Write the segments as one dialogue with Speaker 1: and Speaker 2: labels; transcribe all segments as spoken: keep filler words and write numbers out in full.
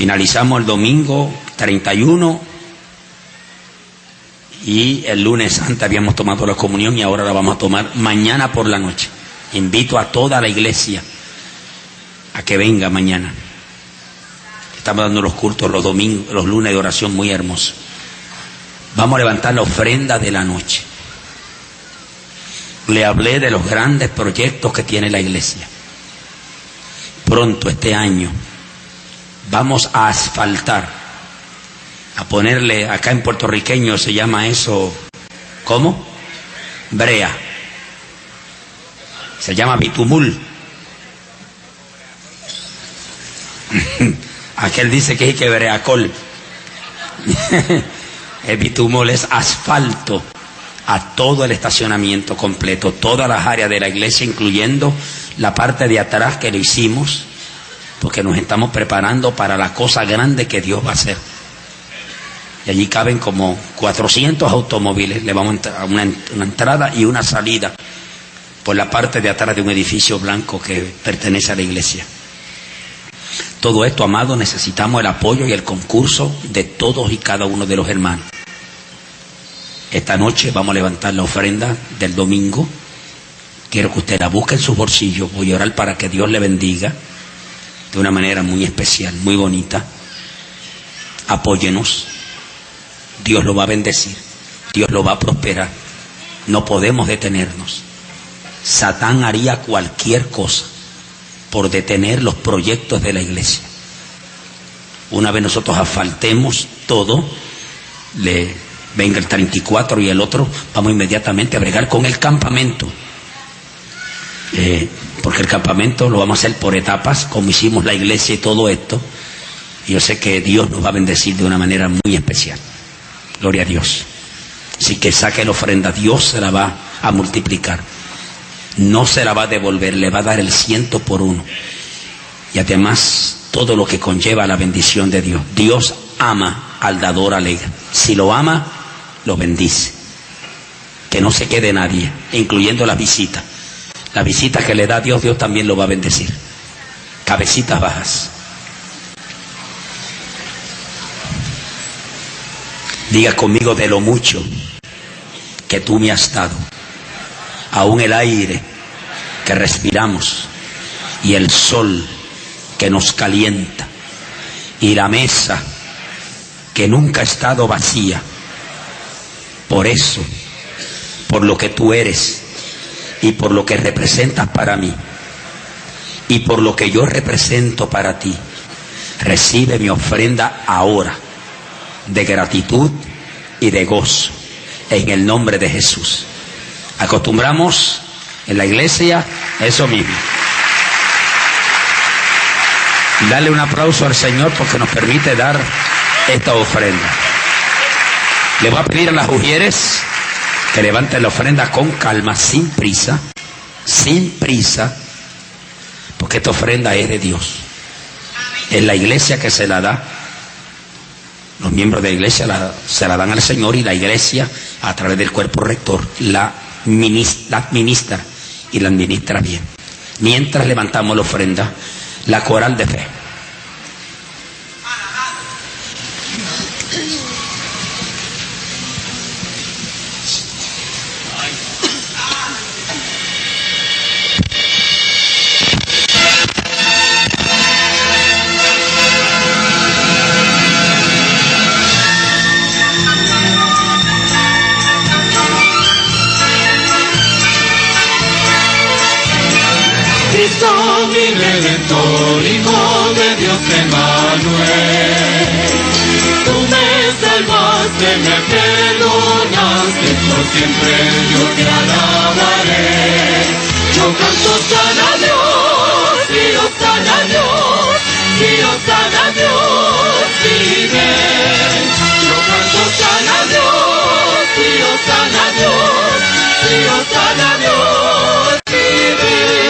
Speaker 1: Finalizamos el domingo treinta y uno y el lunes santo habíamos tomado la comunión y ahora la vamos a tomar mañana por la noche. Invito a toda la iglesia a que venga mañana. Estamos dando los cultos los domingos, los lunes de oración muy hermosos. Vamos a levantar la ofrenda de la noche. Le hablé de los grandes proyectos que tiene la iglesia. Pronto este año vamos a asfaltar, a ponerle, acá en puertorriqueño se llama eso, ¿cómo? Brea. Se llama bitumul. Aquel dice que hay que breacol. El bitumul es asfalto a todo el estacionamiento completo, todas las áreas de la iglesia, incluyendo la parte de atrás que lo hicimos, porque nos estamos preparando para la cosa grande que Dios va a hacer. Y allí caben como cuatrocientos automóviles. Le vamos a una, una entrada y una salida por la parte de atrás de un edificio blanco que pertenece a la iglesia. Todo esto, amado, necesitamos el apoyo y el concurso de todos y cada uno de los hermanos. Esta noche vamos a levantar la ofrenda del domingo. Quiero que usted la busque en sus bolsillos. Voy a orar para que Dios le bendiga de una manera muy especial, muy bonita. Apóyenos. Dios lo va a bendecir. Dios lo va a prosperar. No podemos detenernos. Satán haría cualquier cosa por detener los proyectos de la iglesia. Una vez nosotros asfaltemos todo, le venga el treinta y cuatro y el otro, vamos inmediatamente a bregar con el campamento. Eh, porque el campamento lo vamos a hacer por etapas, como hicimos la iglesia y todo esto. Y yo sé que Dios nos va a bendecir de una manera muy especial. Gloria a Dios. Así que saque la ofrenda, Dios se la va a multiplicar. No se la va a devolver, le va a dar el ciento por uno. Y además, todo lo que conlleva la bendición de Dios. Dios ama al dador alegre. Si lo ama, lo bendice. Que no se quede nadie, incluyendo las visitas. La visita que le da Dios, Dios también lo va a bendecir. Cabecitas bajas. Diga conmigo: de lo mucho que tú me has dado, aún el aire que respiramos y el sol que nos calienta y la mesa que nunca ha estado vacía. Por eso, por lo que tú eres y por lo que representas para mí y por lo que yo represento para ti, recibe mi ofrenda ahora de gratitud y de gozo en el nombre de Jesús. Acostumbramos en la iglesia eso mismo. Dale un aplauso al Señor porque nos permite dar esta ofrenda. Le voy a pedir a las mujeres que levanten la ofrenda con calma, sin prisa, sin prisa, porque esta ofrenda es de Dios. Es la iglesia que se la da. Los miembros de la iglesia la, se la dan al Señor, y la iglesia, a través del cuerpo rector, la, ministra, la administra y la administra bien. Mientras levantamos la ofrenda, la coral de fe.
Speaker 2: Mi Redentor, Hijo de Dios Emmanuel, tú me salvaste, me perdonaste, por siempre yo te alabaré. Yo canto sana Dios, Dios sana Dios, Dios sana Dios, vive. Yo canto sana Dios, Dios sana Dios, Dios sana Dios, vive.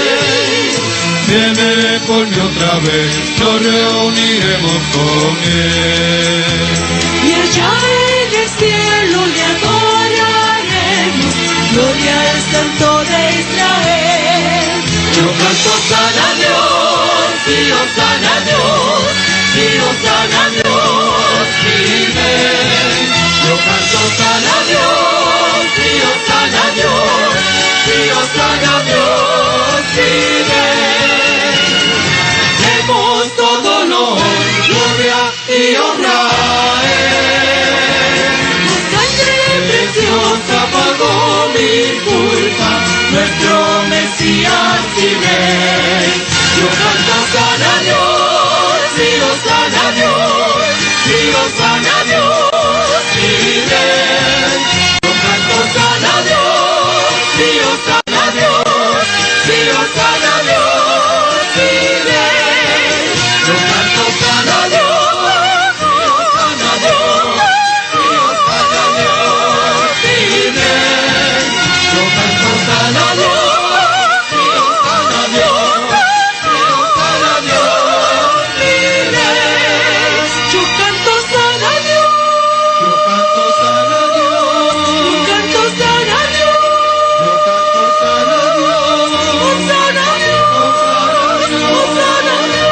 Speaker 2: Viene por mí otra vez, nos reuniremos con Él.
Speaker 3: Y allá en el cielo le adoraremos, gloria al Santo de Israel.
Speaker 2: Yo canto sana Dios, Dios sana Dios,
Speaker 3: Dios sana Dios vive. Yo canto sana Dios, Dios sana Dios, Dios sana Dios vive. Demos todo honor, gloria y honra a Él. Su sangre preciosa pagó mi culpa, nuestro Mesías y Rey. Yo canto sana Dios, Dios sana Dios, Dios sana Dios vive. Yo canto sana Dios, Dios sana Dios, Dios sana Dios vive. Yo canto sana Dios, Dios sana Dios, Dios sana Dios vive. Yo canto sana Dios, Dios sana Dios, Dios sana Dios vive. Yo canto sana Dios, yo canto sana Dios, yo canto sana Dios, yo canto sana Dios, sana Dios, sana Dios.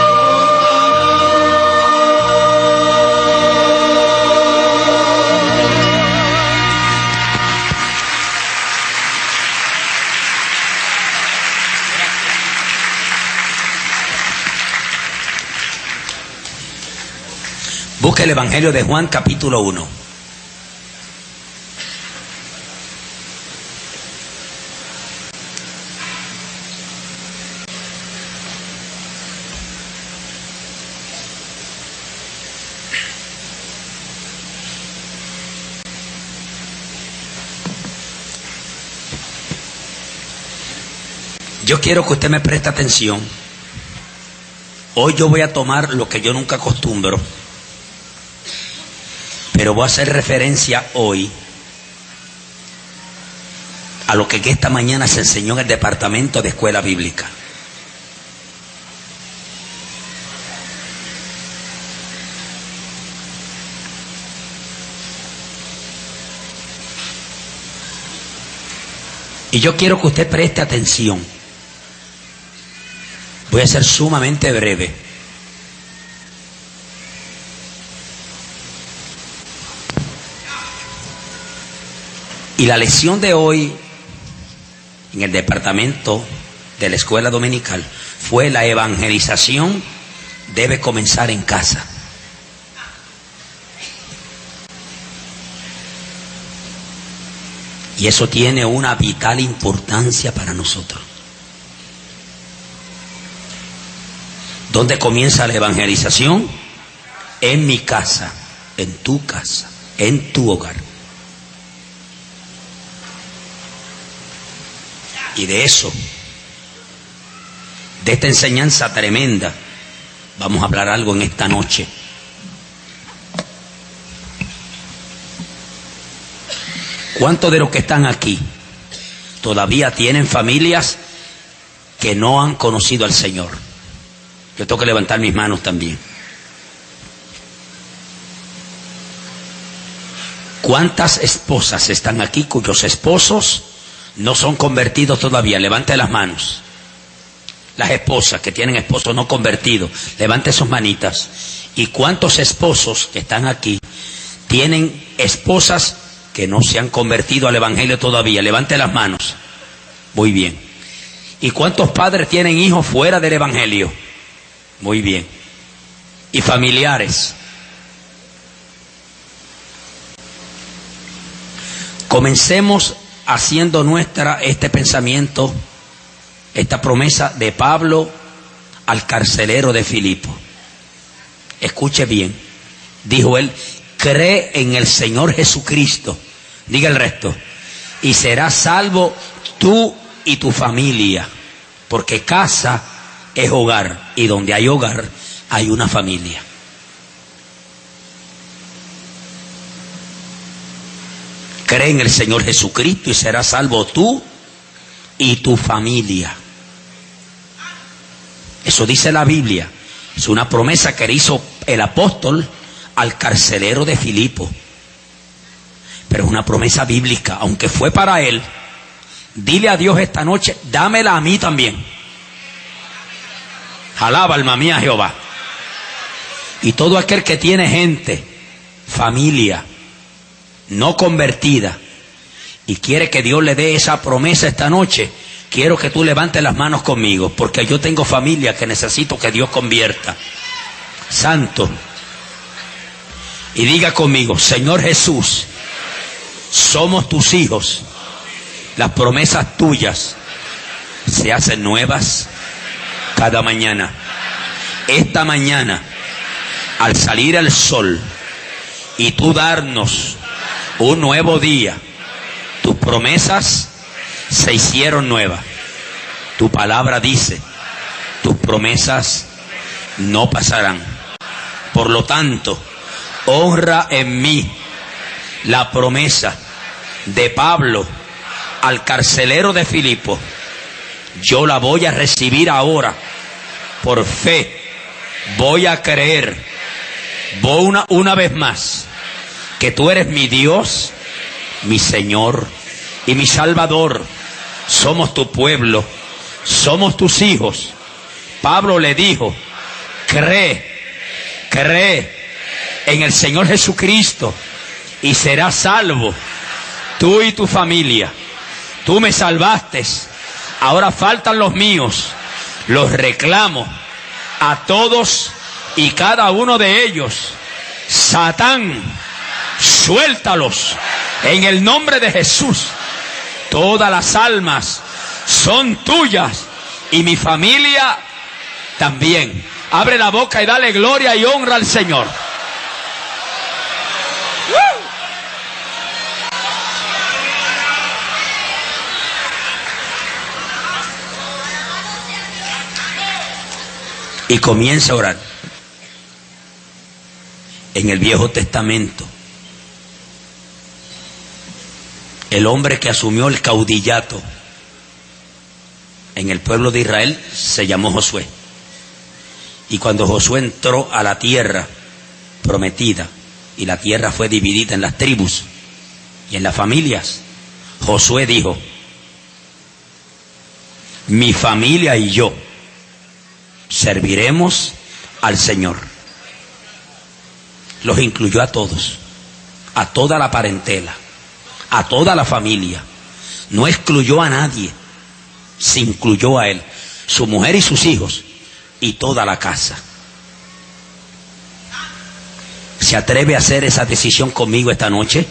Speaker 1: Busca el Evangelio de Juan capítulo uno. Yo quiero que usted me preste atención. Hoy yo voy a tomar lo que yo nunca acostumbro, pero voy a hacer referencia hoy a lo que esta mañana se enseñó en el departamento de escuela bíblica. Y yo quiero que usted preste atención. Voy a ser sumamente breve. Y la lección de hoy en el departamento de la escuela dominical fue: la evangelización debe comenzar en casa. Y eso tiene una vital importancia para nosotros. ¿Dónde comienza la evangelización? En mi casa, en tu casa, en tu hogar. Y de eso, de esta enseñanza tremenda, vamos a hablar algo en esta noche. ¿Cuántos de los que están aquí todavía tienen familias que no han conocido al Señor? Yo tengo que levantar mis manos también. ¿Cuántas esposas están aquí cuyos esposos no son convertidos todavía? Levante las manos. Las esposas que tienen esposos no convertidos, levante sus manitas. ¿Y cuántos esposos que están aquí tienen esposas que no se han convertido al Evangelio todavía? Levante las manos. Muy bien. ¿Y cuántos padres tienen hijos fuera del Evangelio? Muy bien. ¿Y familiares? Comencemos haciendo nuestra este pensamiento, esta promesa de Pablo al carcelero de Filipo. Escuche bien. Dijo él: cree en el Señor Jesucristo. Diga el resto. Y serás salvo tú y tu familia. Porque casa es hogar. Y donde hay hogar, hay una familia. Cree en el Señor Jesucristo y serás salvo tú y tu familia. Eso dice la Biblia. Es una promesa que le hizo el apóstol al carcelero de Filipo. Pero es una promesa bíblica, aunque fue para él. Dile a Dios esta noche: dámela a mí también. Alaba alma mía Jehová. Y todo aquel que tiene gente, familia, no convertida, y quiere que Dios le dé esa promesa esta noche, quiero que tú levantes las manos conmigo, porque yo tengo familia que necesito que Dios convierta. Santo. Y diga conmigo: Señor Jesús, somos tus hijos. Las promesas tuyas se hacen nuevas cada mañana. Esta mañana, al salir el sol y tú darnos un nuevo día, tus promesas se hicieron nuevas. Tu palabra dice: tus promesas no pasarán. Por lo tanto, honra en mí la promesa de Pablo al carcelero de Filipo. Yo la voy a recibir ahora por fe. Voy a creer, voy una, una vez más, que tú eres mi Dios, mi Señor y mi Salvador. Somos tu pueblo, somos tus hijos. Pablo le dijo: cree, cree en el Señor Jesucristo y serás salvo, tú y tu familia. Tú me salvaste, ahora faltan los míos. Los reclamo a todos y cada uno de ellos. Satán, suéltalos en el nombre de Jesús. Todas las almas son tuyas y mi familia también. Abre la boca y dale gloria y honra al Señor. Y comienza a orar. En el Viejo Testamento, el hombre que asumió el caudillato en el pueblo de Israel se llamó Josué. Y cuando Josué entró a la tierra prometida, y la tierra fue dividida en las tribus y en las familias, Josué dijo: mi familia y yo serviremos al Señor. Los incluyó a todos, a toda la parentela, a toda la familia. No excluyó a nadie, se incluyó a él, su mujer y sus hijos y toda la casa. ¿Se atreve a hacer esa decisión conmigo esta noche?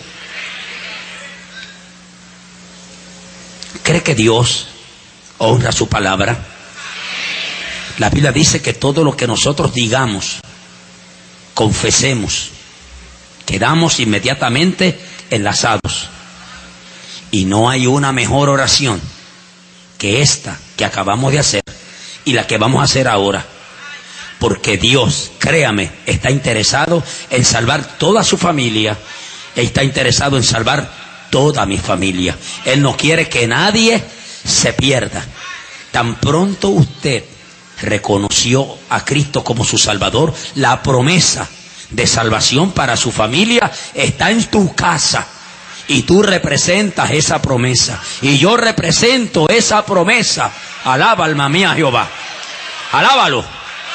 Speaker 1: ¿Cree que Dios honra su palabra? La Biblia dice que todo lo que nosotros digamos, confesemos, quedamos inmediatamente enlazados. Y no hay una mejor oración que esta que acabamos de hacer y la que vamos a hacer ahora. Porque Dios, créame, está interesado en salvar toda su familia. Está interesado en salvar toda mi familia. Él no quiere que nadie se pierda. Tan pronto usted reconoció a Cristo como su Salvador, la promesa de salvación para su familia está en tu casa. Y tú representas esa promesa. Y yo represento esa promesa. Alaba, alma mía, Jehová. Alábalo.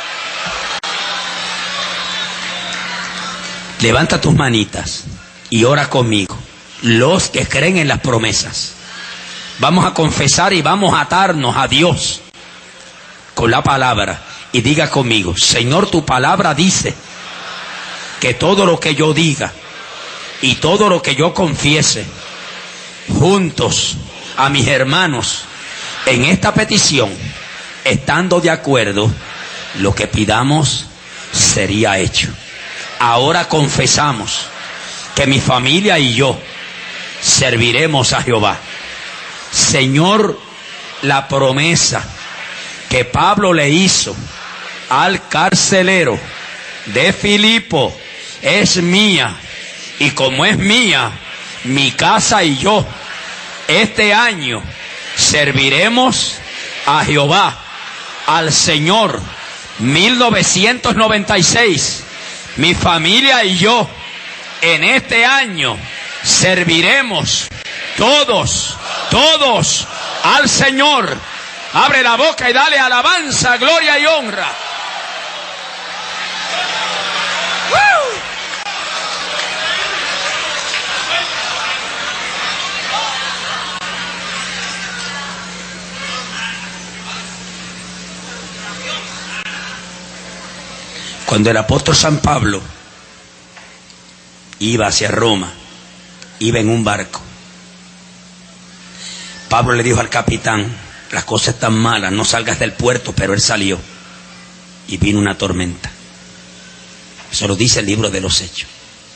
Speaker 1: Levanta tus manitas y ora conmigo. Los que creen en las promesas. Vamos a confesar y vamos a atarnos a Dios con la palabra. Y diga conmigo: Señor, tu palabra dice que todo lo que yo diga y todo lo que yo confiese juntos a mis hermanos en esta petición, estando de acuerdo, lo que pidamos sería hecho. Ahora confesamos que mi familia y yo serviremos a Jehová. Señor, la promesa que Pablo le hizo al carcelero de Filipo es mía, y como es mía, mi casa y yo este año serviremos a Jehová, al Señor. mil novecientos noventa y seis, mi familia y yo en este año serviremos todos, todos al Señor. Abre la boca y dale alabanza, gloria y honra. Cuando el apóstol San Pablo iba hacia Roma, iba en un barco. Pablo le dijo al capitán: las cosas están malas, no salgas del puerto. Pero él salió y vino una tormenta. Eso lo dice el libro de los Hechos.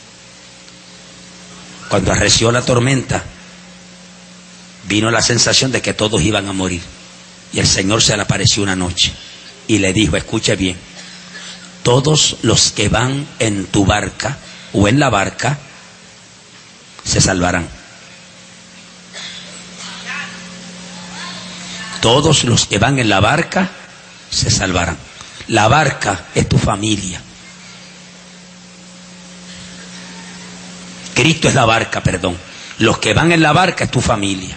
Speaker 1: Cuando arreció la tormenta, vino la sensación de que todos iban a morir. Y el Señor se le apareció una noche y le dijo: escuche bien, todos los que van en tu barca o en la barca se salvarán. Todos los que van en la barca se salvarán. La barca es tu familia. Cristo es la barca, perdón. Los que van en la barca es tu familia.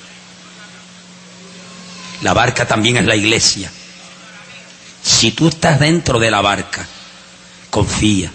Speaker 1: La barca también es la iglesia. Si tú estás dentro de la barca, confía.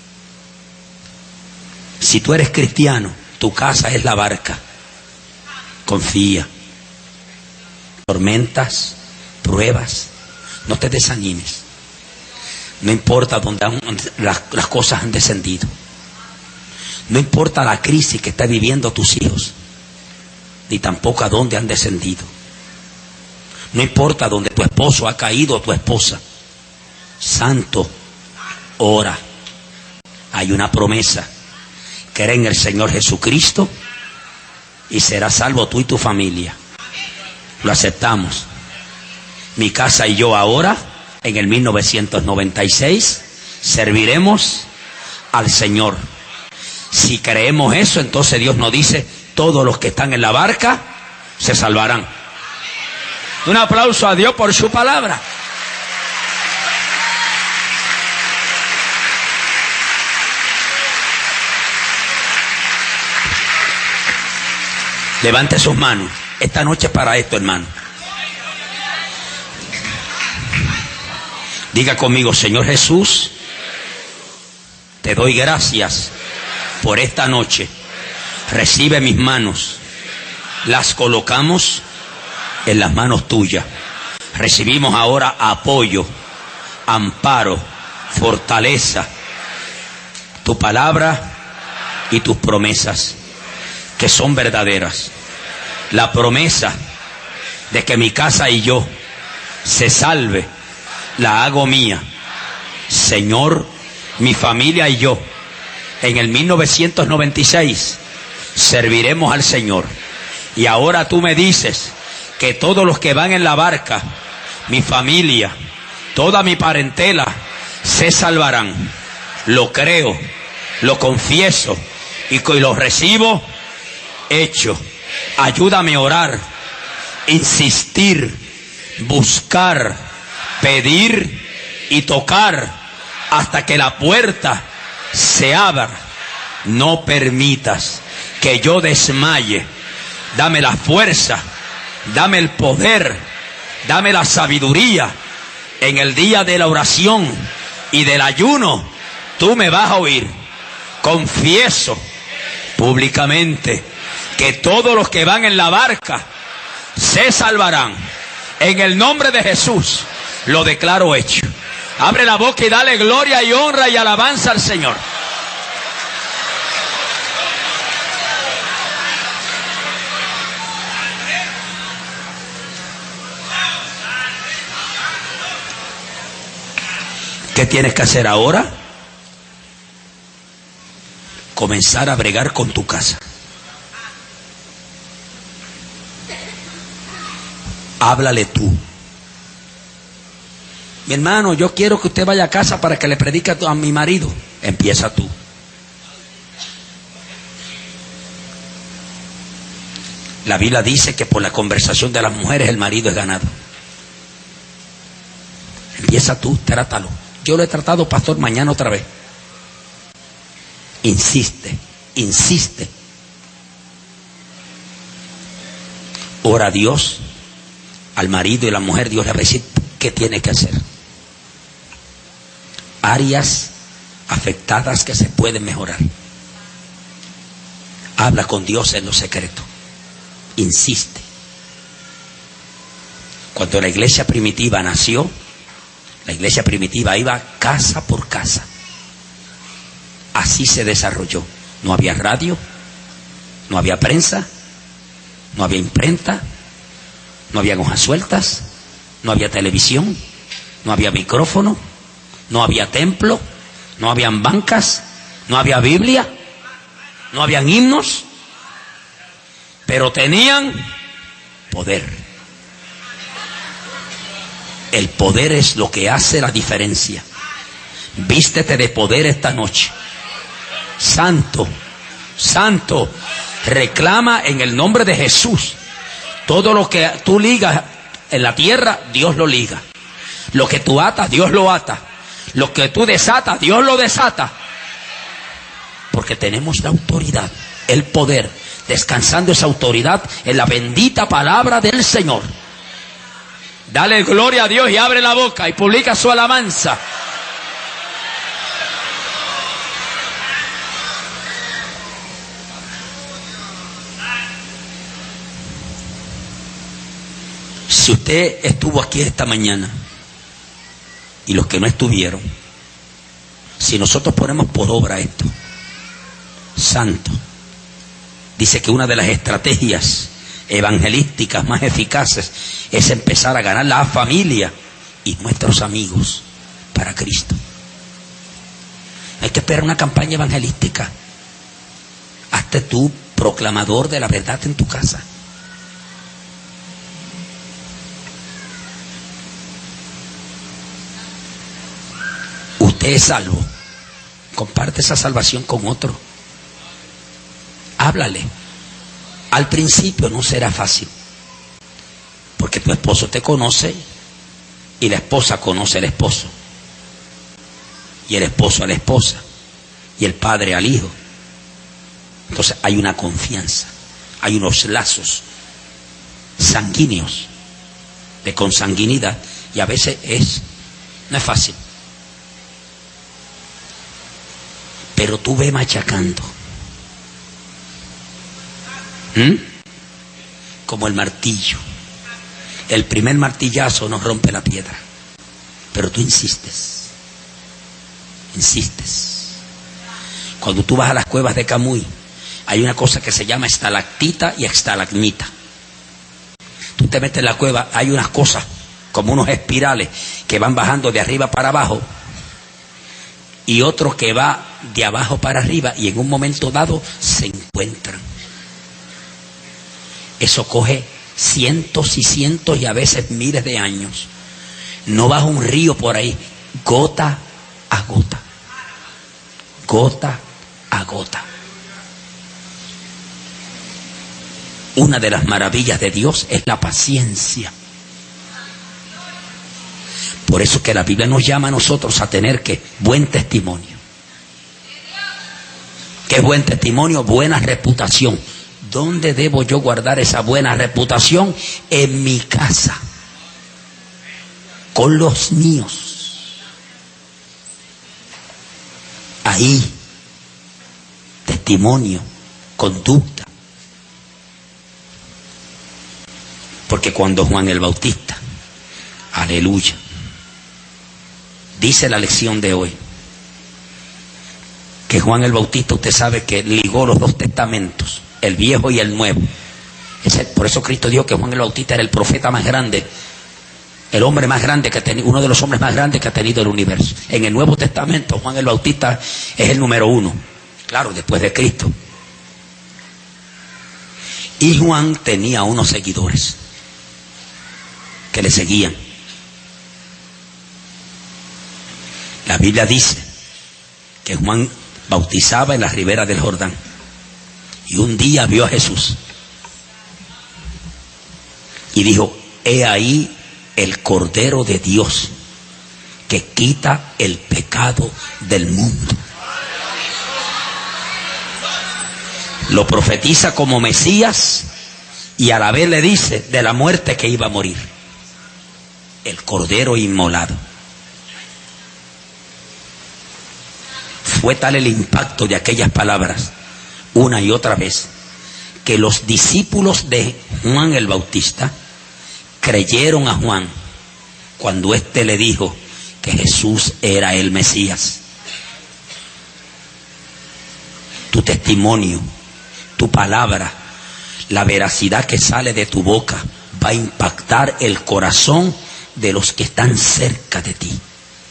Speaker 1: Si tú eres cristiano, tu casa es la barca. Confía. Tormentas, pruebas, no te desanimes. No importa dónde han, las, las cosas han descendido. No importa la crisis que están viviendo tus hijos, ni tampoco a dónde han descendido. No importa dónde tu esposo ha caído o tu esposa. Santo, ora. Hay una promesa. Cree en el Señor Jesucristo y serás salvo tú y tu familia. Lo aceptamos. Mi casa y yo ahora, en el mil novecientos noventa y seis, serviremos al Señor. Si creemos eso, entonces Dios nos dice: todos los que están en la barca se salvarán. Un aplauso a Dios por su palabra. Levante sus manos. Esta noche es para esto, hermano. Diga conmigo: Señor Jesús, te doy gracias por esta noche. Recibe mis manos. Las colocamos en las manos tuyas. Recibimos ahora apoyo, amparo, fortaleza, tu palabra y tus promesas, que son verdaderas. La promesa de que mi casa y yo se salve, la hago mía. Señor, mi familia y yo, en el mil novecientos noventa y seis, serviremos al Señor. Y ahora tú me dices que todos los que van en la barca, mi familia, toda mi parentela, se salvarán. Lo creo, lo confieso y lo recibo hecho. Ayúdame a orar, insistir, buscar, pedir y tocar hasta que la puerta se abra. No permitas que yo desmaye. Dame la fuerza, dame el poder, dame la sabiduría. En el día de la oración y del ayuno, tú me vas a oír. Confieso públicamente que todos los que van en la barca se salvarán. En el nombre de Jesús lo declaro hecho. Abre la boca y dale gloria y honra y alabanza al Señor. ¿Qué tienes que hacer ahora? Comenzar a bregar con tu casa. Háblale tú. Mi hermano, yo quiero que usted vaya a casa para que le predique a mi marido. Empieza tú. La Biblia dice que por la conversación de las mujeres el marido es ganado. Empieza tú, trátalo. Yo lo he tratado, pastor, mañana otra vez. Insiste, insiste. Ora a Dios, al marido y la mujer. Dios le va a decir qué tiene que hacer. Áreas afectadas que se pueden mejorar. Habla con Dios en lo secreto. Insiste. Cuando la iglesia primitiva nació, La iglesia primitiva iba casa por casa. Así se desarrolló. No había radio, no había prensa, no había imprenta, no había hojas sueltas, no había televisión, no había micrófono, no había templo, no habían bancas, no había Biblia, no habían himnos, pero tenían poder. El poder es lo que hace la diferencia. Vístete de poder esta noche. Santo, santo, reclama en el nombre de Jesús. Todo lo que tú ligas en la tierra, Dios lo liga. Lo que tú atas, Dios lo ata. Lo que tú desatas, Dios lo desata. Porque tenemos la autoridad, el poder, descansando esa autoridad en la bendita palabra del Señor. Dale gloria a Dios y abre la boca y publica su alabanza. Si usted estuvo aquí esta mañana y los que no estuvieron, si nosotros ponemos por obra esto, santo, dice que una de las estrategias evangelísticas más eficaces es empezar a ganar la familia y nuestros amigos para Cristo. Hay que esperar una campaña evangelística. Hazte tú proclamador de la verdad en tu casa. Usted es salvo. Comparte esa salvación con otro. Háblale. Al principio no será fácil, porque tu esposo te conoce y la esposa conoce al esposo, y el esposo a la esposa, y el padre al hijo. Entonces hay una confianza, hay unos lazos sanguíneos de consanguinidad, y a veces es, no es fácil. Pero tú ve machacando. ¿Mm? Como el martillo. El primer martillazo no rompe la piedra, pero tú insistes, insistes. Cuando tú vas a las cuevas de Camuy, hay una cosa que se llama estalactita y estalagmita. Tú te metes en la cueva, hay unas cosas como unos espirales que van bajando de arriba para abajo, y otro que va de abajo para arriba, y en un momento dado se encuentran. Eso coge cientos y cientos y a veces miles de años. No baja un río por ahí, gota a gota, gota a gota. Una de las maravillas de Dios es la paciencia. Por eso que la Biblia nos llama a nosotros a tener que buen testimonio. ¿Qué es buen testimonio? Buena reputación. ¿Dónde debo yo guardar esa buena reputación? En mi casa, con los míos. Ahí, testimonio, conducta. Porque cuando Juan el Bautista, aleluya, dice la lección de hoy, que Juan el Bautista, usted sabe que ligó los dos testamentos, el viejo y el nuevo. Ese, por eso Cristo dijo que Juan el Bautista era el profeta más grande, el hombre más grande que ha tenido, uno de los hombres más grandes que ha tenido el universo. En el Nuevo Testamento, Juan el Bautista es el número uno, claro, después de Cristo. Y Juan tenía unos seguidores que le seguían. La Biblia dice que Juan bautizaba en la ribera del Jordán. Y un día vio a Jesús y dijo: he ahí el Cordero de Dios que quita el pecado del mundo. Lo profetiza como Mesías y a la vez le dice de la muerte que iba a morir. El Cordero inmolado. Fue tal el impacto de aquellas palabras una y otra vez, que los discípulos de Juan el Bautista creyeron a Juan cuando éste le dijo que Jesús era el Mesías. Tu testimonio, tu palabra, la veracidad que sale de tu boca va a impactar el corazón de los que están cerca de ti.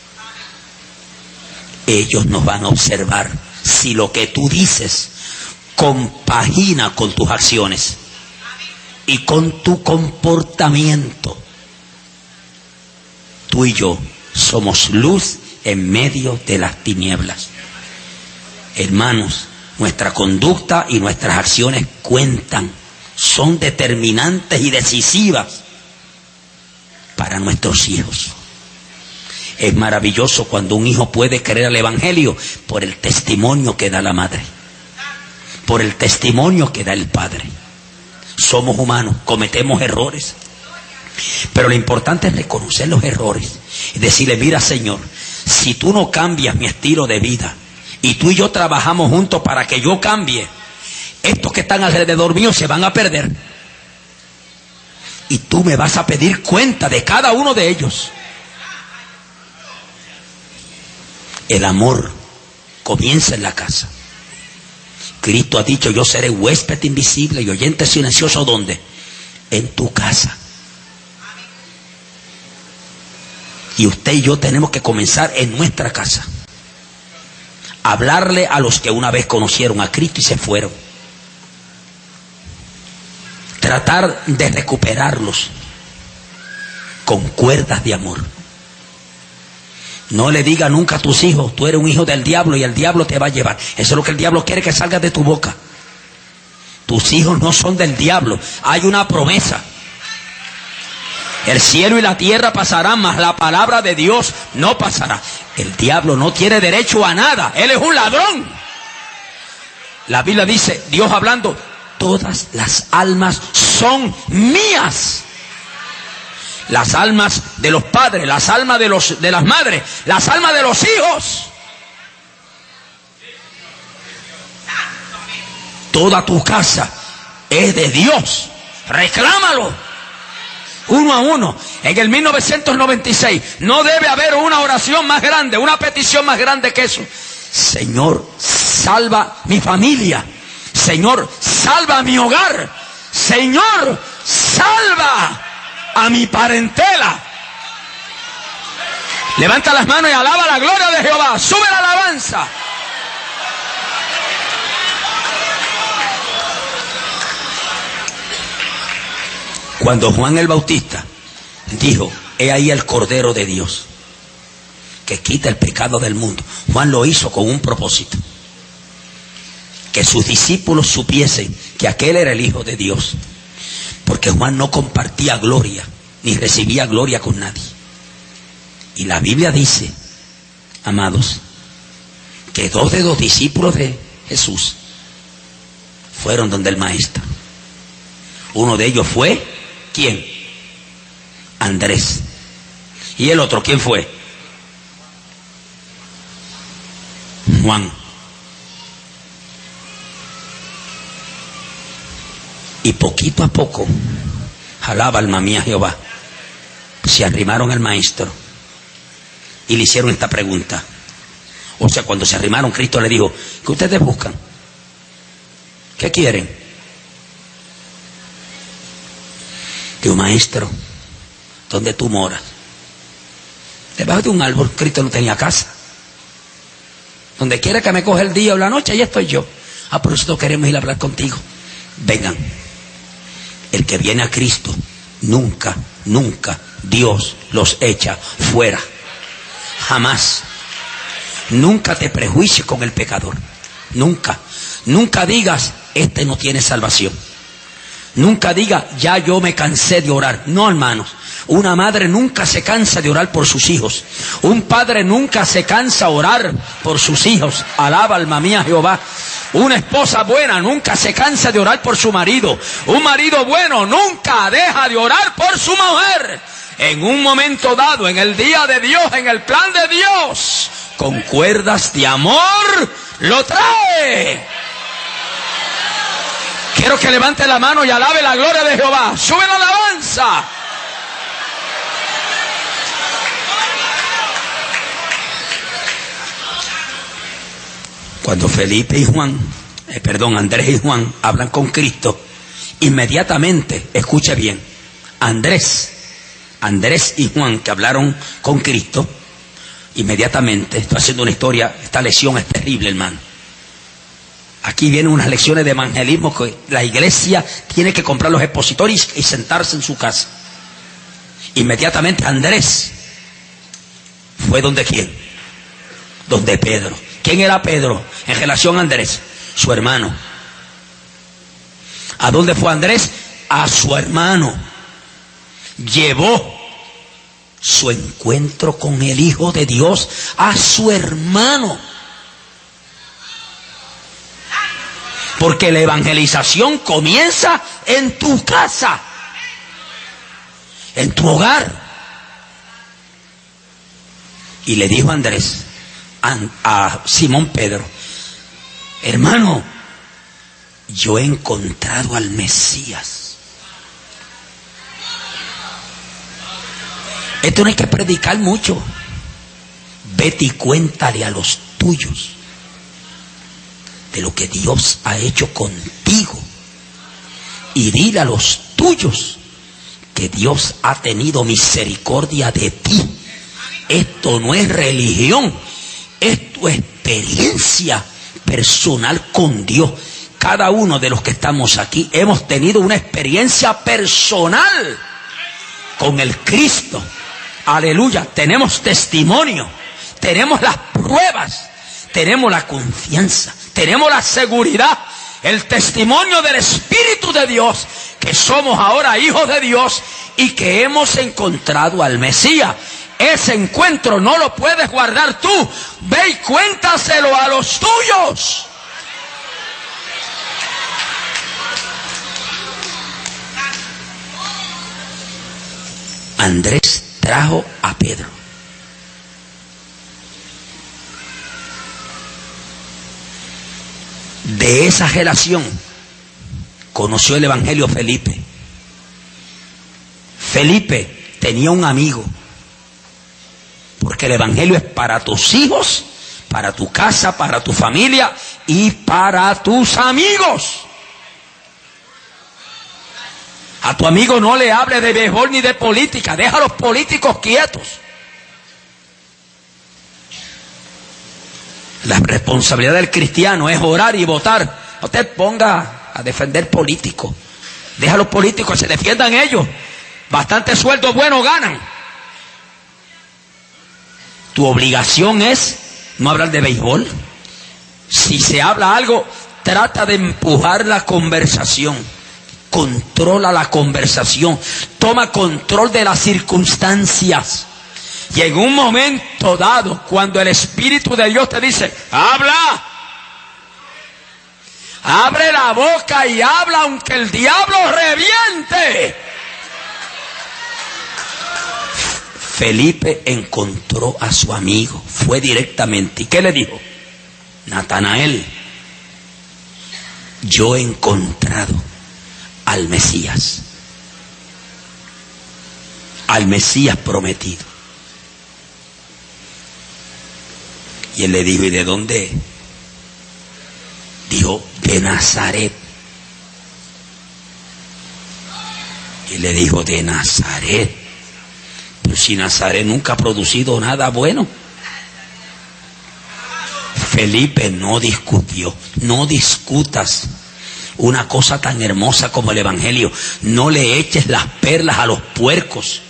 Speaker 1: Ellos nos van a observar si lo que tú dices compagina con tus acciones y con tu comportamiento. Tú y yo somos luz en medio de las tinieblas. Hermanos, nuestra conducta y nuestras acciones cuentan, son determinantes y decisivas para nuestros hijos. Es maravilloso cuando un hijo puede creer al Evangelio por el testimonio que da la madre, por el testimonio que da el padre. Somos humanos, cometemos errores, pero lo importante es reconocer los errores y decirle: mira, Señor, si tú no cambias mi estilo de vida y tú y yo trabajamos juntos para que yo cambie, estos que están alrededor mío se van a perder. Y tú me vas a pedir cuenta de cada uno de ellos. El amor comienza en la casa. Cristo ha dicho: yo seré huésped invisible y oyente silencioso. ¿Dónde? En tu casa. Y usted y yo tenemos que comenzar en nuestra casa. Hablarle a los que una vez conocieron a Cristo y se fueron. Tratar de recuperarlos con cuerdas de amor. No le diga nunca a tus hijos: tú eres un hijo del diablo y el diablo te va a llevar. Eso es lo que el diablo quiere que salga de tu boca. Tus hijos no son del diablo. Hay una promesa. El cielo y la tierra pasarán, mas la palabra de Dios no pasará. El diablo no tiene derecho a nada. Él es un ladrón. La Biblia dice, Dios hablando: todas las almas son mías. Las almas de los padres, las almas de, los, de las madres, las almas de los hijos. Toda tu casa es de Dios. Reclámalo. Uno a uno. En el mil novecientos noventa y seis no debe haber una oración más grande, una petición más grande que eso. Señor, salva mi familia. Señor, salva mi hogar. Señor, salva a mi parentela. Levanta las manos y alaba la gloria de Jehová. Sube la alabanza. Cuando Juan el Bautista dijo: he ahí el Cordero de Dios que quita el pecado del mundo, Juan lo hizo con un propósito: que sus discípulos supiesen que aquel era el Hijo de Dios. Porque Juan no compartía gloria, ni recibía gloria con nadie. Y la Biblia dice, amados, que dos de los discípulos de Jesús fueron donde el Maestro. Uno de ellos fue, ¿quién? Andrés. ¿Y el otro quién fue? Juan. Y poquito a poco, alaba alma mía Jehová, se arrimaron al Maestro y le hicieron esta pregunta. O sea, cuando se arrimaron, Cristo le dijo: ¿qué ustedes buscan? ¿Qué quieren? Digo: Maestro, ¿dónde tú moras? Debajo de un árbol. Cristo no tenía casa. Donde quiera que me coge el día o la noche, ahí estoy yo. Ah, por eso queremos ir a hablar contigo. Vengan. El que viene a Cristo, nunca, nunca Dios los echa fuera. Jamás. Nunca te prejuicies con el pecador. Nunca. Nunca digas: este no tiene salvación. Nunca diga: ya yo me cansé de orar. No, hermanos. Una madre nunca se cansa de orar por sus hijos. Un padre nunca se cansa de orar por sus hijos. Alaba alma mía Jehová. Una esposa buena nunca se cansa de orar por su marido. Un marido bueno nunca deja de orar por su mujer. En un momento dado, en el día de Dios, en el plan de Dios, con cuerdas de amor, lo trae. Quiero que levante la mano y alabe la gloria de Jehová. Sube la alabanza. Cuando Felipe y Juan, eh, perdón, Andrés y Juan hablan con Cristo, inmediatamente, escuche bien, Andrés, Andrés y Juan que hablaron con Cristo, inmediatamente, estoy haciendo una historia, esta lección es terrible, hermano. Aquí vienen unas lecciones de evangelismo que la iglesia tiene que comprar los expositores y sentarse en su casa. Inmediatamente Andrés fue donde quién, donde Pedro. ¿Quién era Pedro en relación a Andrés? Su hermano. ¿A dónde fue Andrés? A su hermano. Llevó su encuentro con el Hijo de Dios a su hermano. Porque la evangelización comienza en tu casa, en tu hogar. Y le dijo Andrés a, a Simón Pedro: hermano, yo he encontrado al Mesías. Esto no hay que predicar mucho. Vete y cuéntale a los tuyos de lo que Dios ha hecho contigo. Y dile a los tuyos que Dios ha tenido misericordia de ti. Esto no es religión, es tu experiencia personal con Dios. Cada uno de los que estamos aquí hemos tenido una experiencia personal con el Cristo. Aleluya, tenemos testimonio, tenemos las pruebas, tenemos la confianza, tenemos la seguridad, el testimonio del Espíritu de Dios, que somos ahora hijos de Dios y que hemos encontrado al Mesías. Ese encuentro no lo puedes guardar tú, ve y cuéntaselo a los tuyos. Andrés trajo a Pedro. De esa relación conoció el Evangelio Felipe. Felipe tenía un amigo, porque el Evangelio es para tus hijos, para tu casa, para tu familia y para tus amigos. A tu amigo no le hable de béisbol ni de política, deja a los políticos quietos. La responsabilidad del cristiano es orar y votar. No te ponga a defender políticos. Deja a los políticos que se defiendan ellos. Bastante sueldos buenos ganan. Tu obligación es no hablar de béisbol. Si se habla algo, trata de empujar la conversación. Controla la conversación. Toma control de las circunstancias. Y en un momento dado, cuando el Espíritu de Dios te dice, habla, abre la boca y habla aunque el diablo reviente. Felipe encontró a su amigo, fue directamente. ¿Y qué le dijo? Natanael, yo he encontrado al Mesías, al Mesías prometido. Y él le dijo, ¿y de dónde? Dijo, de Nazaret. Y le dijo, de Nazaret. Pero si Nazaret nunca ha producido nada bueno. Felipe no discutió. No discutas una cosa tan hermosa como el Evangelio. No le eches las perlas a los puercos.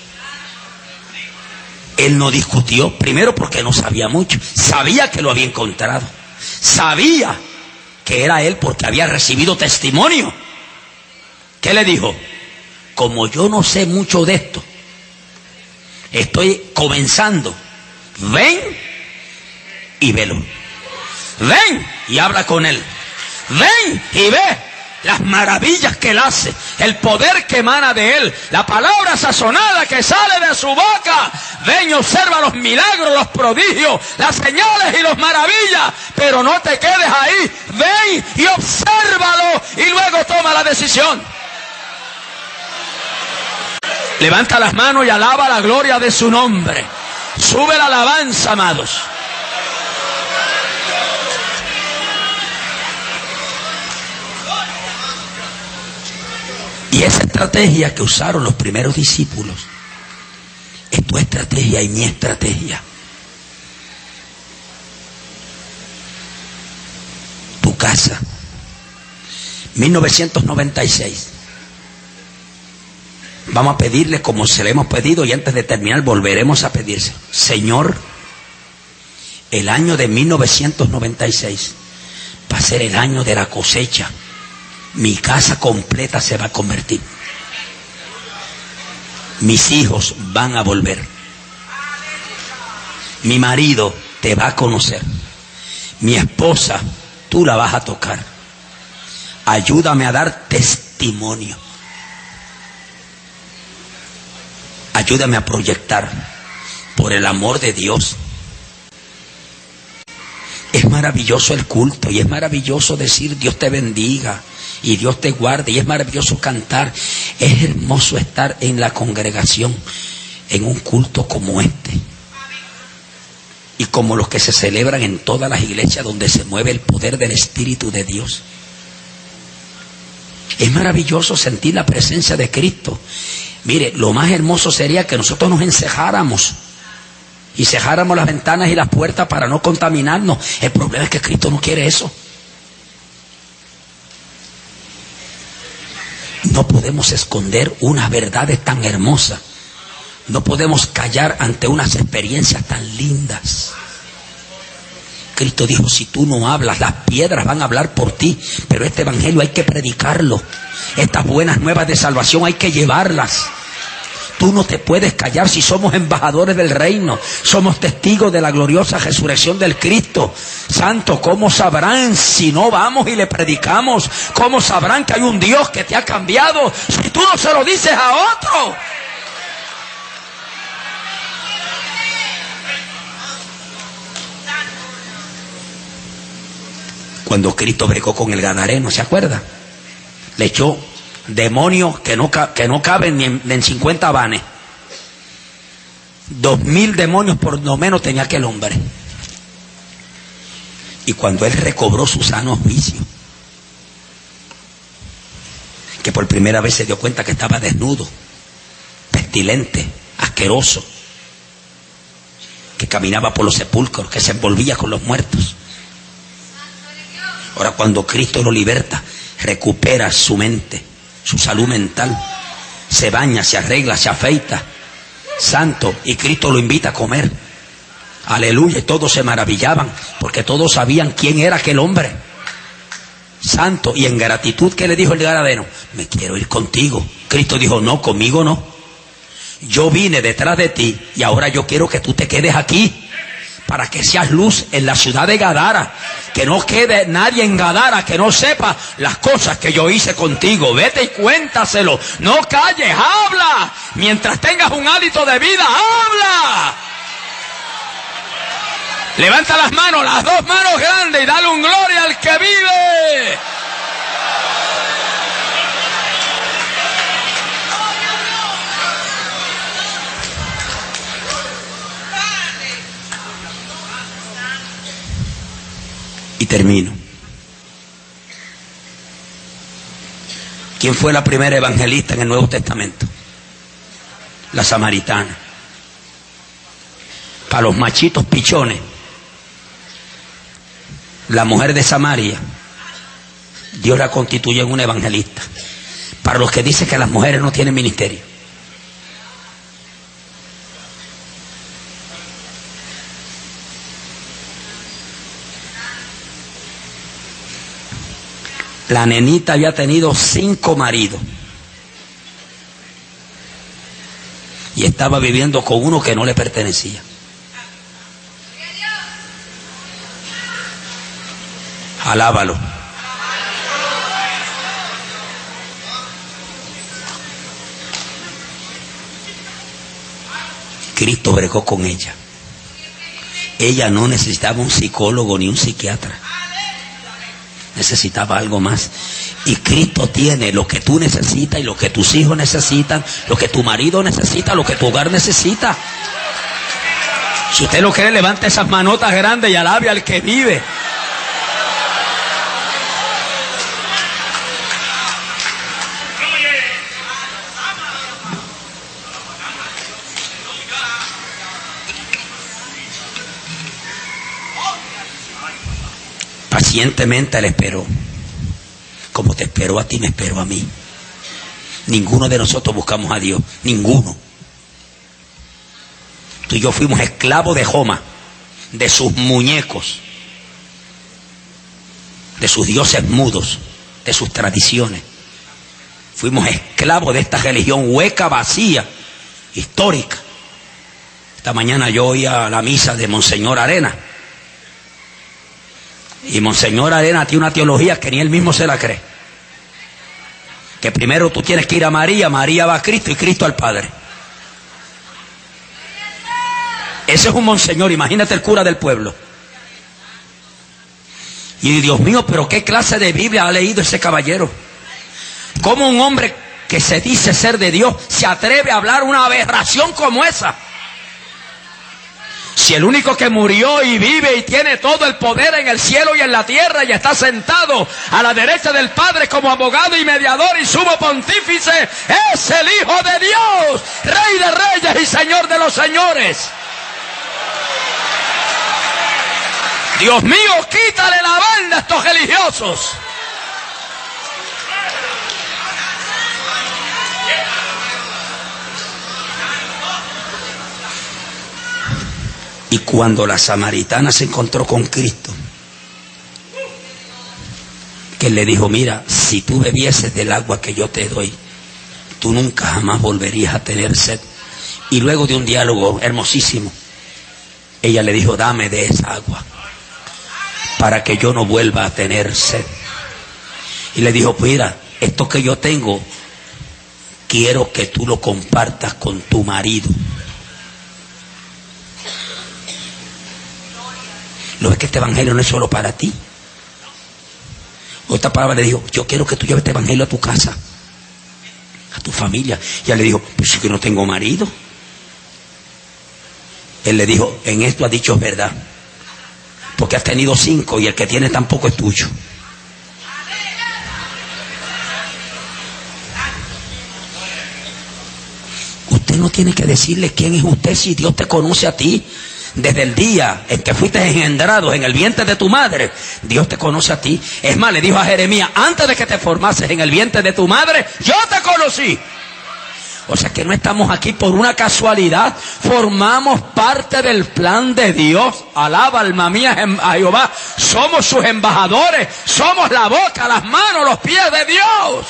Speaker 1: Él no discutió, primero porque no sabía mucho. Sabía que lo había encontrado. Sabía que era él porque había recibido testimonio. ¿Qué le dijo? Como yo no sé mucho de esto, estoy comenzando. Ven y velo. Ven y habla con él. Ven y ve las maravillas que él hace, el poder que emana de él, la palabra sazonada que sale de su boca. Ven y observa los milagros, los prodigios, las señales y las maravillas, pero no te quedes ahí. Ven y obsérvalo y luego toma la decisión. Levanta las manos y alaba la gloria de su nombre. Sube la alabanza, amados. Y esa estrategia que usaron los primeros discípulos es tu estrategia y mi estrategia. Tu casa. mil novecientos noventa y seis. Vamos a pedirle como se le hemos pedido y antes de terminar volveremos a pedirse. Señor, el año de mil novecientos noventa y seis va a ser el año de la cosecha. Mi casa completa se va a convertir. Mis hijos van a volver. Mi marido te va a conocer. Mi esposa, tú la vas a tocar. Ayúdame a dar testimonio. Ayúdame a proyectar por el amor de Dios. Es maravilloso el culto y es maravilloso decir Dios te bendiga y Dios te guarde y es maravilloso cantar. Es hermoso estar en la congregación en un culto como este y como los que se celebran en todas las iglesias donde se mueve el poder del Espíritu de Dios. Es maravilloso sentir la presencia de Cristo. Mire, lo más hermoso sería que nosotros nos encejáramos y cejáramos las ventanas y las puertas para no contaminarnos. El problema es que Cristo no quiere eso. No podemos esconder unas verdades tan hermosas. No podemos callar ante unas experiencias tan lindas. Cristo dijo, si tú no hablas, las piedras van a hablar por ti. Pero este evangelio hay que predicarlo. Estas buenas nuevas de salvación hay que llevarlas. Tú no te puedes callar si somos embajadores del reino. Somos testigos de la gloriosa resurrección del Cristo. Santo, ¿cómo sabrán si no vamos y le predicamos? ¿Cómo sabrán que hay un Dios que te ha cambiado si tú no se lo dices a otro? Cuando Cristo bregó con el gadareno, ¿se acuerda? Le echó demonios que no, que no caben ni en, ni en cincuenta vanes. Dos mil demonios por lo menos tenía aquel hombre. Y cuando él recobró su sano juicio, que por primera vez se dio cuenta que estaba desnudo, pestilente, asqueroso, que caminaba por los sepulcros, que se envolvía con los muertos. Ahora cuando Cristo lo liberta, recupera su mente, su salud mental, se baña, se arregla, se afeita, santo, y Cristo lo invita a comer. Aleluya, y todos se maravillaban, porque todos sabían quién era aquel hombre. Santo, y en gratitud, ¿qué le dijo el gadareno? Me quiero ir contigo. Cristo dijo, no, conmigo no. Yo vine detrás de ti, y ahora yo quiero que tú te quedes aquí, para que seas luz en la ciudad de Gadara. Que no quede nadie en Gadara que no sepa las cosas que yo hice contigo. Vete y cuéntaselo. No calles, habla. Mientras tengas un hálito de vida, habla. Levanta las manos, las dos manos grandes y dale un gloria al que vive. Y termino. ¿Quién fue la primera evangelista en el Nuevo Testamento? La samaritana. Para los machitos pichones, la mujer de Samaria, Dios la constituye en una evangelista. Para los que dicen que las mujeres no tienen ministerio. La nenita había tenido cinco maridos y estaba viviendo con uno que no le pertenecía. Alábalo. Cristo bregó con ella. Ella no necesitaba un psicólogo ni un psiquiatra. Necesitaba algo más. Y Cristo tiene lo que tú necesitas y lo que tus hijos necesitan, lo que tu marido necesita, lo que tu hogar necesita. Si usted lo cree, levante esas manotas grandes y alabe al que vive. Pacientemente le esperó. Como te esperó a ti, me esperó a mí. Ninguno de nosotros buscamos a Dios. Ninguno. Tú y yo fuimos esclavos de Joma, de sus muñecos, de sus dioses mudos, de sus tradiciones. Fuimos esclavos de esta religión hueca, vacía, histórica. Esta mañana yo oía la misa de Monseñor Arena. Y Monseñor Arena tiene una teología que ni él mismo se la cree. Que primero tú tienes que ir a María, María va a Cristo y Cristo al Padre. Ese es un monseñor, imagínate el cura del pueblo. Y Dios mío, pero qué clase de Biblia ha leído ese caballero. ¿Cómo un hombre que se dice ser de Dios se atreve a hablar una aberración como esa? Si el único que murió y vive y tiene todo el poder en el cielo y en la tierra y está sentado a la derecha del Padre como abogado y mediador y sumo pontífice, es el Hijo de Dios, Rey de reyes y Señor de los señores. Dios mío, quítale la banda a estos religiosos. Y cuando la samaritana se encontró con Cristo, que él le dijo, mira, si tú bebieses del agua que yo te doy, tú nunca jamás volverías a tener sed. Y luego de un diálogo hermosísimo, ella le dijo, dame de esa agua, para que yo no vuelva a tener sed. Y le dijo, mira, esto que yo tengo, quiero que tú lo compartas con tu marido. ¿Lo ves que este evangelio no es solo para ti? Otra palabra le dijo, yo quiero que tú lleves este evangelio a tu casa, a tu familia. Y ella le dijo, pues si que no tengo marido. Él le dijo, en esto has dicho verdad, porque has tenido cinco y el que tiene tampoco es tuyo. Usted no tiene que decirle quién es usted si Dios te conoce a ti. Desde el día en que fuiste engendrado en el vientre de tu madre, Dios te conoce a ti. Es más, le dijo a Jeremías, antes de que te formases en el vientre de tu madre, yo te conocí. O sea que no estamos aquí por una casualidad, formamos parte del plan de Dios. Alaba alma mía a Jehová. Somos sus embajadores, somos la boca, las manos, los pies de Dios.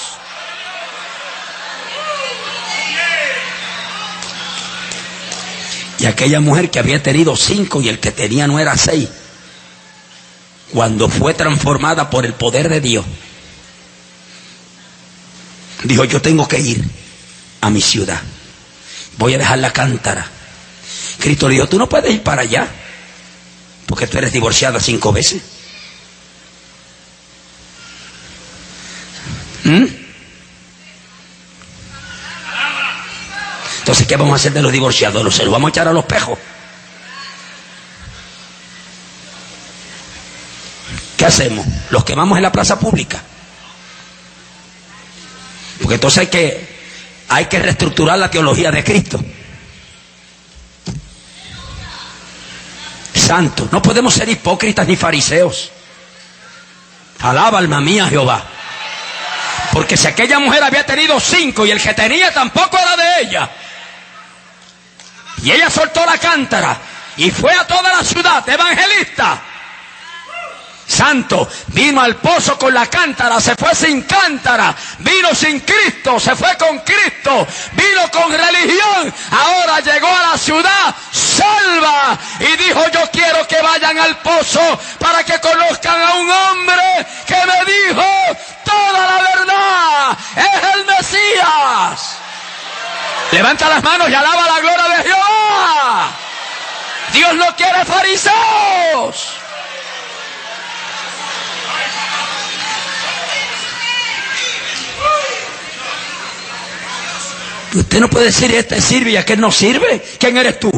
Speaker 1: Y aquella mujer que había tenido cinco y el que tenía no era seis, cuando fue transformada por el poder de Dios, dijo, yo tengo que ir a mi ciudad, voy a dejar la cántara. Cristo le dijo, tú no puedes ir para allá, porque tú eres divorciada cinco veces. ¿Mm? Entonces, ¿qué vamos a hacer de los divorciados? ¿Se los vamos a echar a los pejos? ¿Qué hacemos? ¿Los quemamos en la plaza pública? Porque entonces hay que, hay que reestructurar la teología de Cristo. Santo, no podemos ser hipócritas ni fariseos. Alaba alma mía Jehová. Porque si aquella mujer había tenido cinco y el que tenía tampoco era de ella, y ella soltó la cántara y fue a toda la ciudad, evangelista. Santo, vino al pozo con la cántara, se fue sin cántara, vino sin Cristo, se fue con Cristo, vino con religión, ahora llegó a la ciudad salva y dijo, yo quiero que vayan al pozo para que conozcan a un hombre que me dijo toda la verdad, es el Mesías. Levanta las manos y alaba la gloria de Jehová. Dios no quiere fariseos. Usted no puede decir, este sirve y aquel no sirve. ¿Quién eres tú?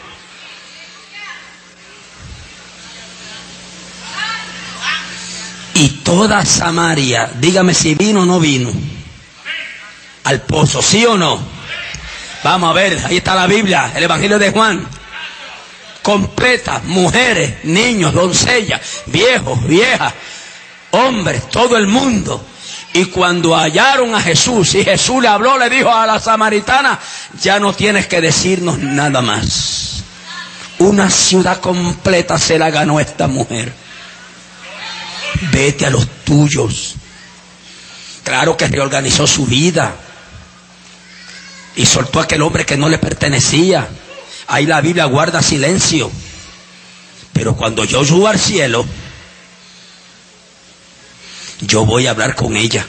Speaker 1: Y toda Samaria, dígame si vino o no vino al pozo, ¿sí o no? Vamos a ver, ahí está la Biblia, el Evangelio de Juan. Completa, mujeres, niños, doncellas, viejos, viejas, hombres, todo el mundo. Y cuando hallaron a Jesús y Jesús le habló, le dijo a la samaritana: ya no tienes que decirnos nada más. Una ciudad completa se la ganó esta mujer. Vete a los tuyos. Claro que reorganizó su vida y soltó a aquel hombre que no le pertenecía. Ahí la Biblia guarda silencio. Pero cuando yo suba al cielo, yo voy a hablar con ella.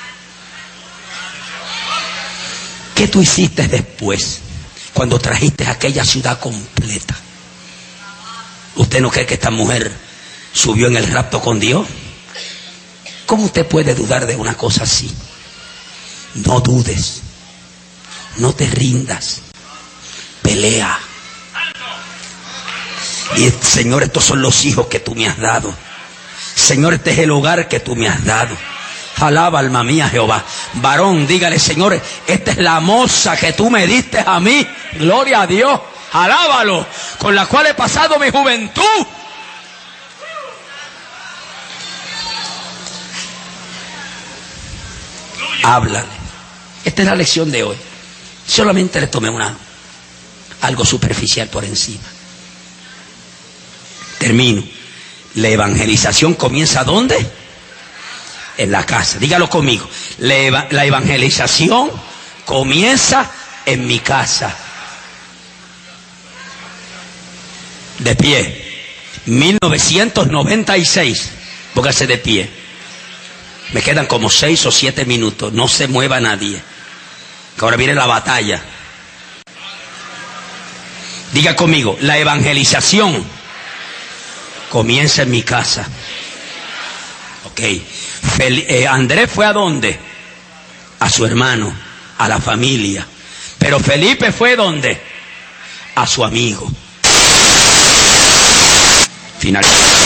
Speaker 1: ¿Qué tú hiciste después, cuando trajiste a aquella ciudad completa? ¿Usted no cree que esta mujer subió en el rapto con Dios? ¿Cómo usted puede dudar de una cosa así? No dudes, no te rindas, pelea. Y Señor, estos son los hijos que tú me has dado. Señor, este es el hogar que tú me has dado. Alaba, alma mía, Jehová. Varón, dígale: Señor, esta es la moza que tú me diste a mí. Gloria a Dios. Alábalo, con la cual he pasado mi juventud. Háblale. Esta es la lección de hoy. Solamente le tomé una, algo superficial por encima. Termino. La evangelización comienza ¿dónde? En la casa. Dígalo conmigo. La, eva la evangelización comienza en mi casa. De pie. mil novecientos noventa y seis. Póngase de pie. Me quedan como seis o siete minutos. No se mueva nadie, que ahora viene la batalla. Diga conmigo: la evangelización comienza en mi casa. Ok. Fel eh, Andrés fue ¿a dónde? A su hermano, a la familia. Pero Felipe fue ¿dónde? A su amigo. Final.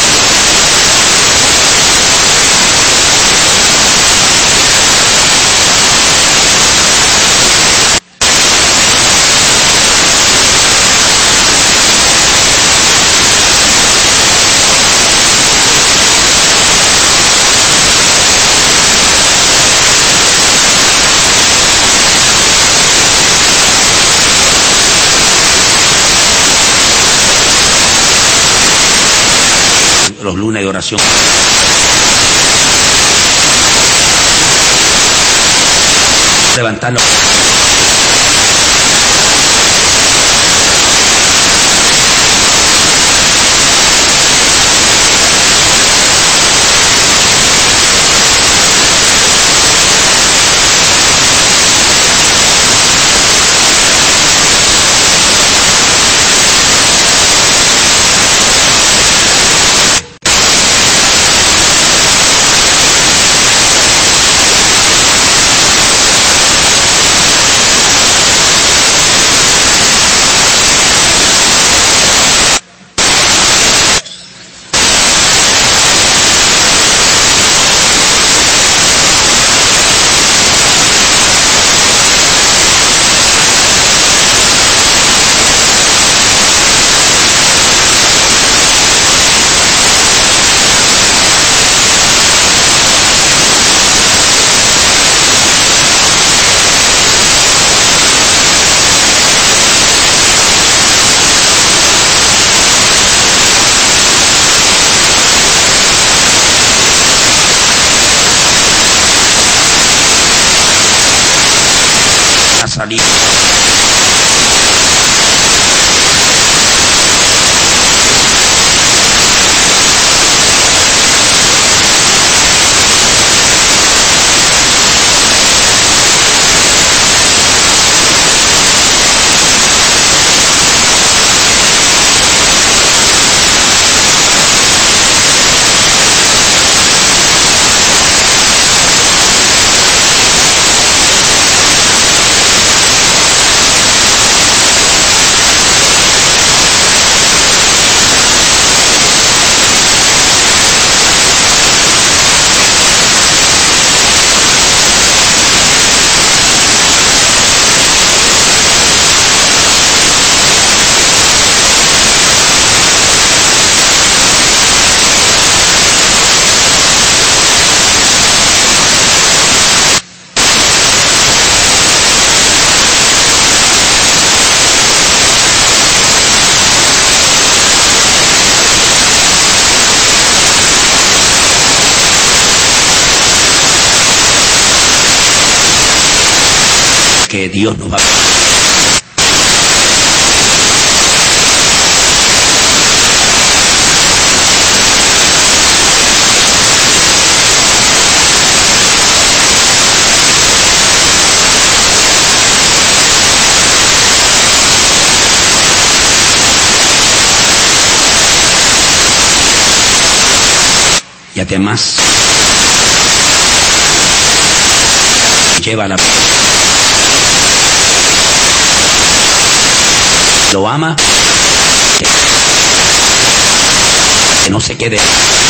Speaker 1: Los lunes de oración. Levantarlo. Salir. que Dios nos va a... Y además lleva la... Lo ama, que no se quede.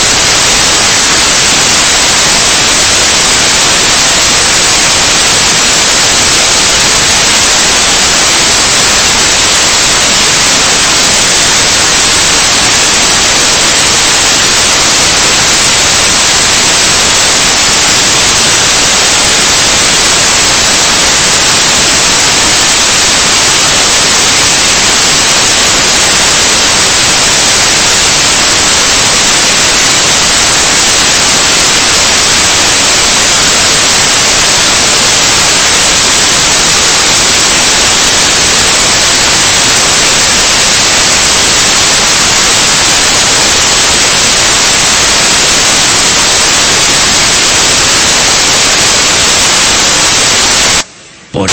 Speaker 1: Por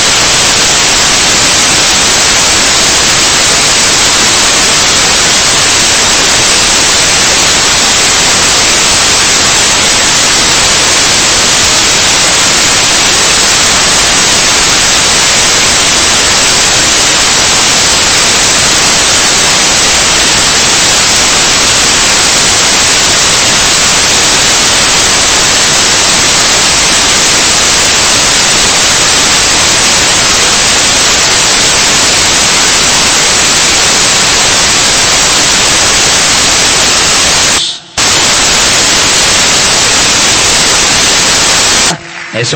Speaker 1: eso.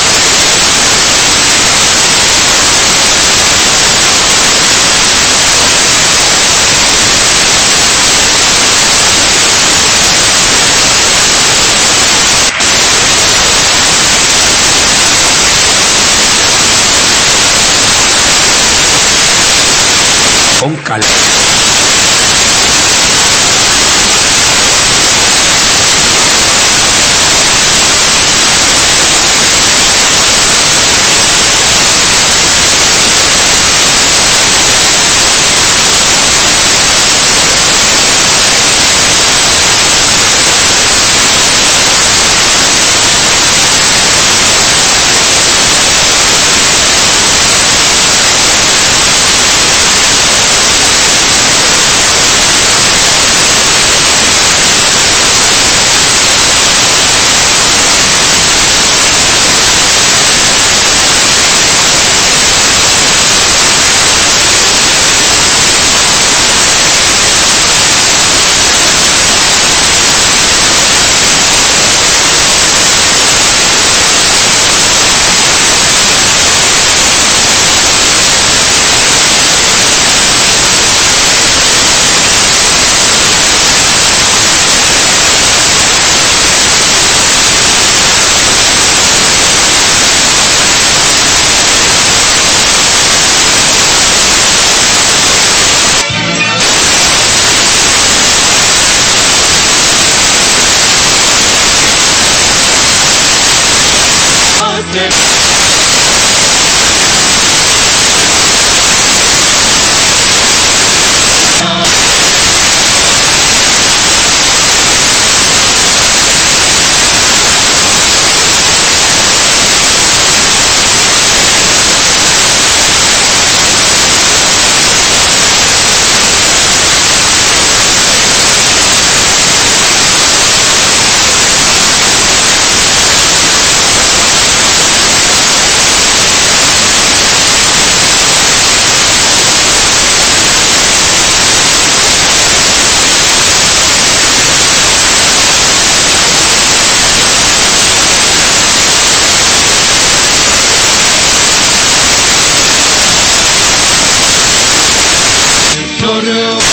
Speaker 1: Con calma.
Speaker 2: Torreón.